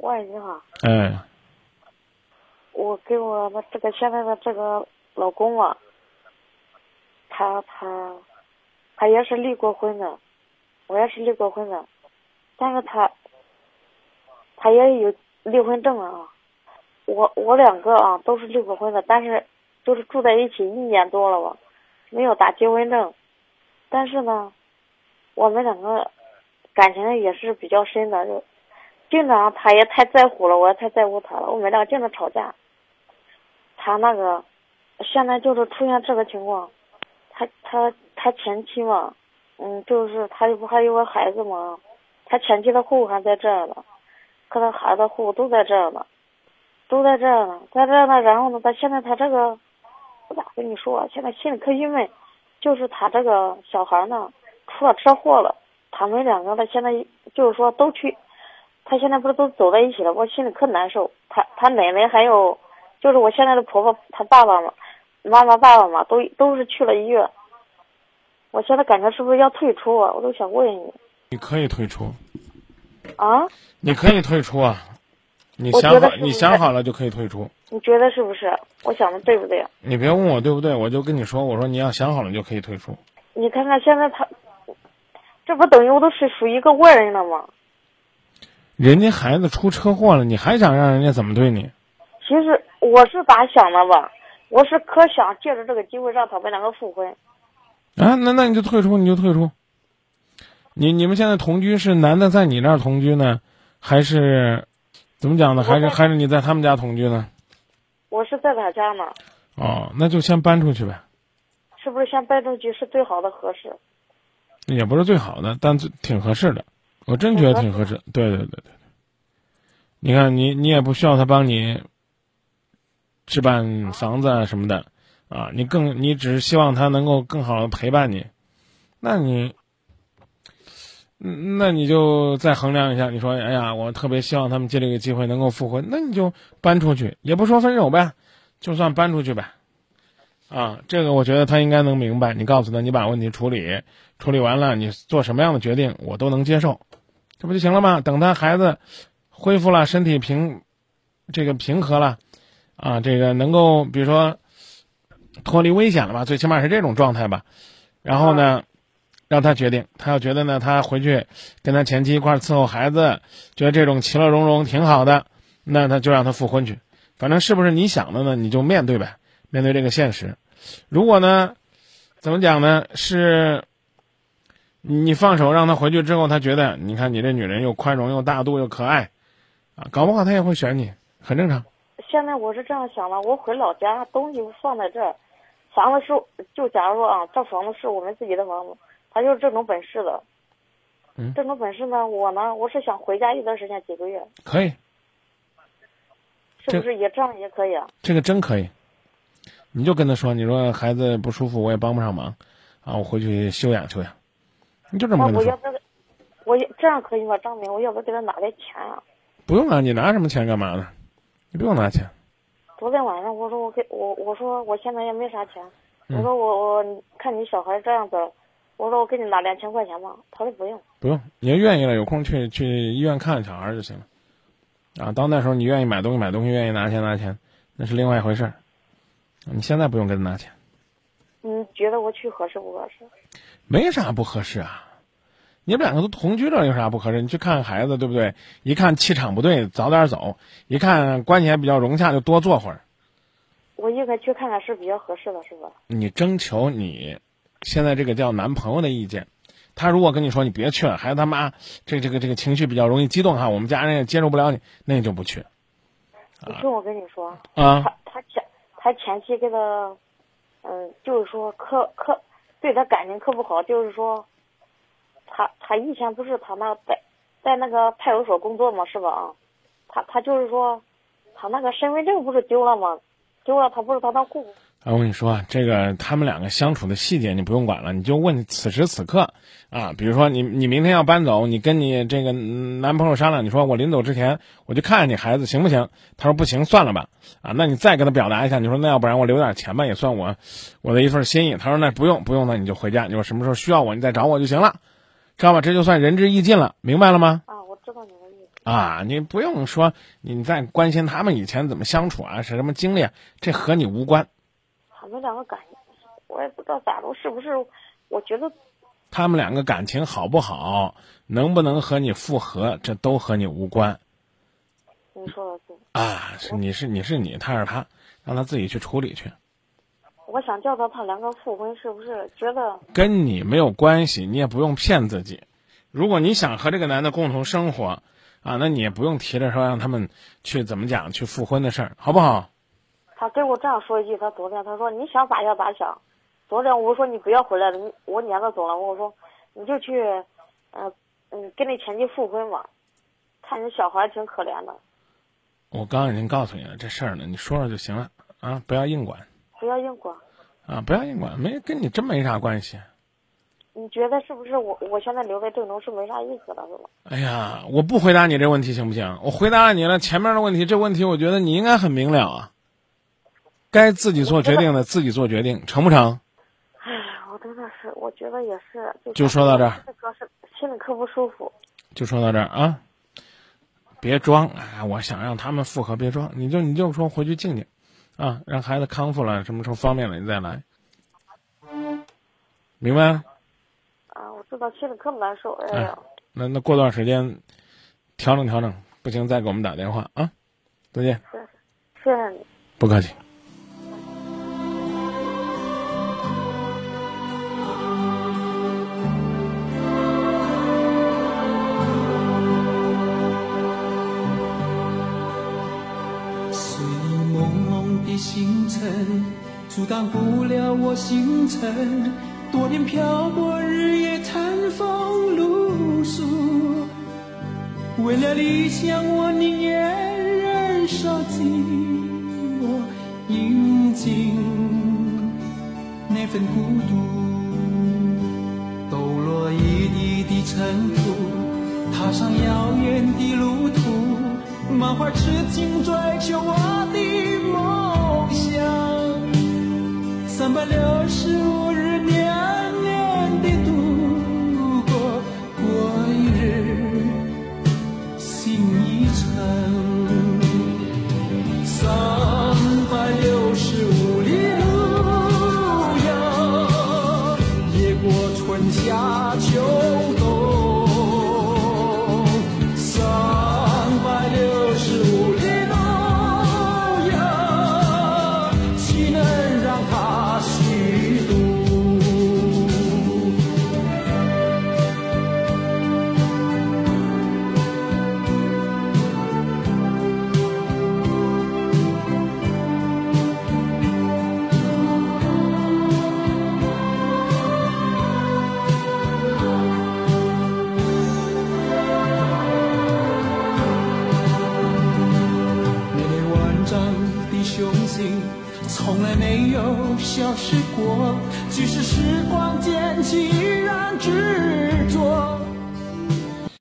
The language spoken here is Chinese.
喂，你好。 哎， 我给我的这个现在的这个老公啊，他也是离过婚的，我也是离过婚的，但是他也有离婚证啊。我两个啊都是离过婚的，但是就是住在一起1年多了吧，没有打结婚证。但是呢，我们两个感情也是比较深的，就经常他也太在乎了，我也太在乎他了，我们俩经常吵架。他那个现在就是出现这个情况，他前妻嘛，就是他不还有个孩子嘛，他前妻的户口还在这儿呢，和他孩子的户口都在这儿呢，在这儿呢。然后呢，他现在他这个，我咋跟你说，现在心里可郁闷，就是他这个小孩呢出了车祸了，他们两个呢现在就是说都去，他现在不是都走在一起了，我心里可难受。他奶奶还有就是我现在的婆婆，他爸爸嘛，妈妈爸爸嘛，都是去了医院。我现在感觉是不是要退出啊？我都想问你。 你可以退出啊？ 你可以退出啊！你想好了就可以退出。 你觉得是不是？我想的对不对？ 你别问我对不对，我就跟你说，我说你要想好了就可以退出。 你看看现在他，这不等于我都是属于一个外人了吗？ 人家孩子出车祸了，你还想让人家怎么对你？ 其实我是咋想的吧，我是可想借着这个机会让他们两个复婚。 啊，那你就退出，你就退出。你们现在同居是男的在你那儿同居呢，还是怎么讲呢？还是你在他们家同居呢？ 我是在他家呢。 哦，那就先搬出去呗。 是不是先搬出去是最好的合适？ 也不是最好的，但挺合适的。我真觉得挺合适。对。你看你也不需要他帮你置办房子啊什么的啊，你只是希望他能够更好的陪伴你，那你就再衡量一下，你说哎呀，我特别希望他们借这个机会能够复婚，那你就搬出去，也不说分手呗，就算搬出去呗。啊，这个我觉得他应该能明白，你告诉他你把问题处理完了，你做什么样的决定我都能接受，这不就行了吗？等他孩子恢复了，身体平和了啊，这个能够比如说脱离危险了吧，最起码是这种状态吧。然后呢，让他决定，他要觉得呢，他回去跟他前妻一块伺候孩子，觉得这种其乐融融挺好的，那他就让他复婚去。反正是不是你想的呢，你就面对呗，面对这个现实。如果呢，怎么讲呢，是你放手让他回去之后，他觉得你看你这女人又宽容又大度又可爱啊，搞不好他也会选你，很正常。 现在我是这样想的，我回老家东西放在这儿，房子是就假如说啊，这房子是我们自己的房子，他就是这种本事的。这种本事呢，我是想回家一段时间，几个月。 可以。 是不是也这样也可以啊？ 这个真可以。你就跟他说，你说孩子不舒服，我也帮不上忙，啊，我回去休养休养。你就这么跟他说。 我这样可以吗？张明，我要不要给他拿点钱啊？ 不用啊，你拿什么钱干嘛呢？你不用拿钱。 昨天晚上我说我说我现在也没啥钱，我说我看你小孩这样子，我说我给你拿2000块钱吧，他说不用。 不用，你要愿意了，有空去医院看小孩就行了。啊，到那时候你愿意买东西，愿意拿钱，那是另外一回事儿。你现在不用跟他拿钱。 你觉得我去合适不合适？ 没啥不合适啊，你们两个都同居了，有啥不合适？你去看看孩子，对不对？一看气场不对，早点走；一看关系还比较融洽，就多坐会儿。 我应该去看看是比较合适的，是吧？ 你征求你现在这个叫男朋友的意见。他如果跟你说你别去了，孩子他妈这个情绪比较容易激动哈，我们家人也接受不了你，那你就不去。 你听我跟你说啊， 他前妻给他，就是说对他感情可不好，就是说，他以前不是他那在那个派出所工作嘛，是吧？啊，他就是说，他那个身份证不是丢了吗？丢了，他不是他那户口。 我跟你说，这个他们两个相处的细节你不用管了，你就问此时此刻啊，比如说你明天要搬走，你跟你这个男朋友商量，你说我临走之前我就看看你孩子行不行？他说不行，算了吧。啊，那你再跟他表达一下，你说那要不然我留点钱吧，也算我的一份心意。他说那不用，那你就回家，你说什么时候需要我你再找我就行了，知道吧？这就算仁至义尽了，明白了吗？ 啊，我知道你的意思。 啊，你不用说你在关心他们以前怎么相处啊，是什么经历啊，这和你无关。 他们两个感情，我也不知道咋着，是不是？我觉得他们两个感情好不好，能不能和你复合，这都和你无关。 你说的对啊，你是你，他是他，让他自己去处理去。 我想叫他两个复婚，是不是？觉得跟你没有关系，你也不用骗自己。如果你想和这个男的共同生活，啊，那你也不用提着说让他们去怎么讲去复婚的事儿，好不好？ 他跟我这样说一句，他昨天他说你想咋想咋想。昨天我说你不要回来了，我撵他走了。我说你就去，跟你前妻复婚吧，看你小孩挺可怜的。 我刚刚已经告诉你了，这事儿呢，你说说就行了啊，不要硬管。 不要硬管。 啊，不要硬管，跟你真没啥关系。 你觉得是不是我现在留在郑州是没啥意思了，是吧？ 哎呀，我不回答你这问题行不行？我回答了你了，前面的问题，这问题我觉得你应该很明了啊。该自己做决定的自己做决定，成不成？ 哎，我真的是，我觉得也是。 就说到这儿。 心里可不舒服。 就说到这儿啊，别装，哎，我想让他们复合，别装，你就说回去静静，啊，让孩子康复了，什么时候方便了你再来，明白？ 啊，我知道，心里可难受，哎呀。 那过段时间调整调整，不行再给我们打电话啊，再见。 谢谢你。 不客气。 星辰阻挡不了我星辰，多年漂泊，日夜餐风露宿，为了理想，我宁愿燃烧寂寞，饮尽那份孤独，抖落一地的尘土，踏上遥远的路途，满怀痴情追求我的梦想，365日年年地度过，过一日心一程，365里路遥，越过春夏秋冬。从来没有消失过，即使时光渐去依然执着。